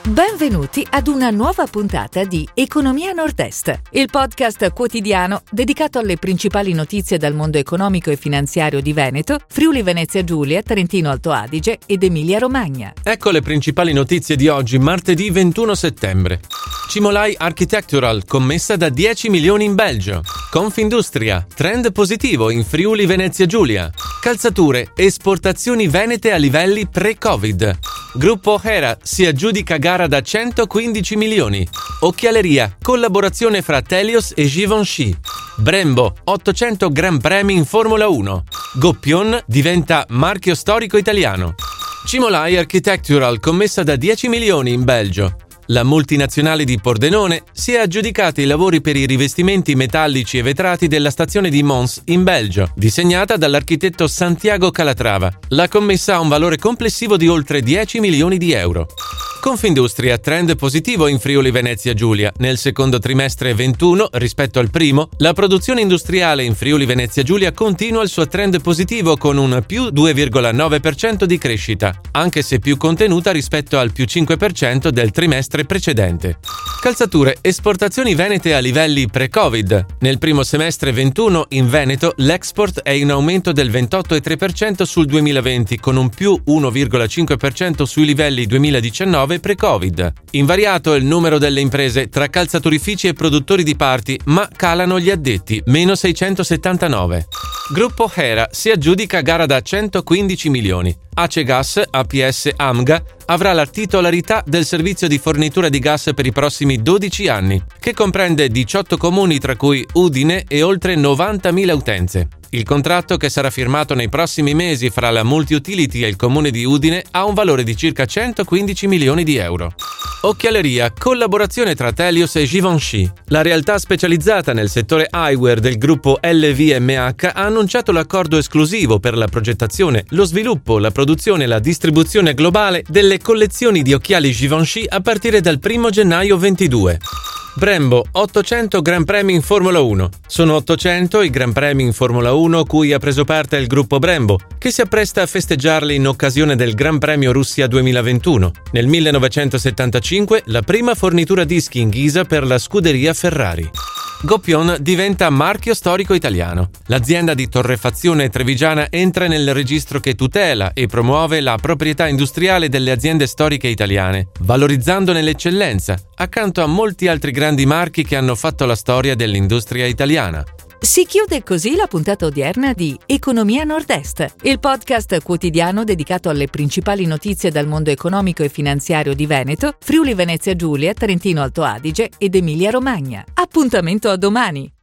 Benvenuti ad una nuova puntata di Economia Nord-Est, il podcast quotidiano dedicato alle principali notizie dal mondo economico e finanziario di Veneto, Friuli Venezia Giulia, Trentino Alto Adige ed Emilia Romagna. Ecco le principali notizie di oggi, martedì 21 settembre. Cimolai Architectural, commessa da 10 milioni in Belgio. Confindustria, trend positivo in Friuli Venezia Giulia. Calzature, esportazioni venete a livelli pre-Covid. Gruppo Hera si aggiudica gara da 115 milioni. Occhialeria, collaborazione fra Telios e Givenchy. Brembo, 800 Gran Premi in Formula 1. Goppion diventa marchio storico italiano. Cimolai Architectural, commessa da 10 milioni in Belgio. La multinazionale di Pordenone si è aggiudicata i lavori per i rivestimenti metallici e vetrati della stazione di Mons in Belgio, disegnata dall'architetto Santiago Calatrava. La commessa ha un valore complessivo di oltre 10 milioni di euro. Confindustria, trend positivo in Friuli Venezia Giulia. Nel secondo trimestre 21, rispetto al primo, la produzione industriale in Friuli Venezia Giulia continua il suo trend positivo con un più 2,9% di crescita, anche se più contenuta rispetto al più 5% del trimestre precedente. Calzature, esportazioni venete a livelli pre-Covid. Nel primo semestre 21 in Veneto l'export è in aumento del 28,3% sul 2020 con un più 1,5% sui livelli 2019 pre-Covid. Invariato il numero delle imprese tra calzaturifici e produttori di parti, ma calano gli addetti, meno 679. Gruppo Hera si aggiudica gara da 115 milioni. Acegas, APS AMGA, avrà la titolarità del servizio di fornitura di gas per i prossimi 12 anni, che comprende 18 comuni tra cui Udine e oltre 90.000 utenze. Il contratto, che sarà firmato nei prossimi mesi fra la Multiutility e il comune di Udine, ha un valore di circa 115 milioni di euro. Occhialeria, collaborazione tra Telios e Givenchy. La realtà specializzata nel settore eyewear del gruppo LVMH ha annunciato l'accordo esclusivo per la progettazione, lo sviluppo, la produzione e la distribuzione globale delle collezioni di occhiali Givenchy a partire dal 1 gennaio 22. Brembo, 800 Gran Premi in Formula 1. Sono 800 i Gran Premi in Formula 1 cui ha preso parte il gruppo Brembo, che si appresta a festeggiarli in occasione del Gran Premio Russia 2021. Nel 1975 la prima fornitura dischi in ghisa per la scuderia Ferrari. Goppion diventa marchio storico italiano. L'azienda di torrefazione trevigiana entra nel registro che tutela e promuove la proprietà industriale delle aziende storiche italiane, valorizzandone l'eccellenza, accanto a molti altri grandi marchi che hanno fatto la storia dell'industria italiana. Si chiude così la puntata odierna di Economia Nord-Est, il podcast quotidiano dedicato alle principali notizie dal mondo economico e finanziario di Veneto, Friuli Venezia Giulia, Trentino Alto Adige ed Emilia Romagna. Appuntamento a domani!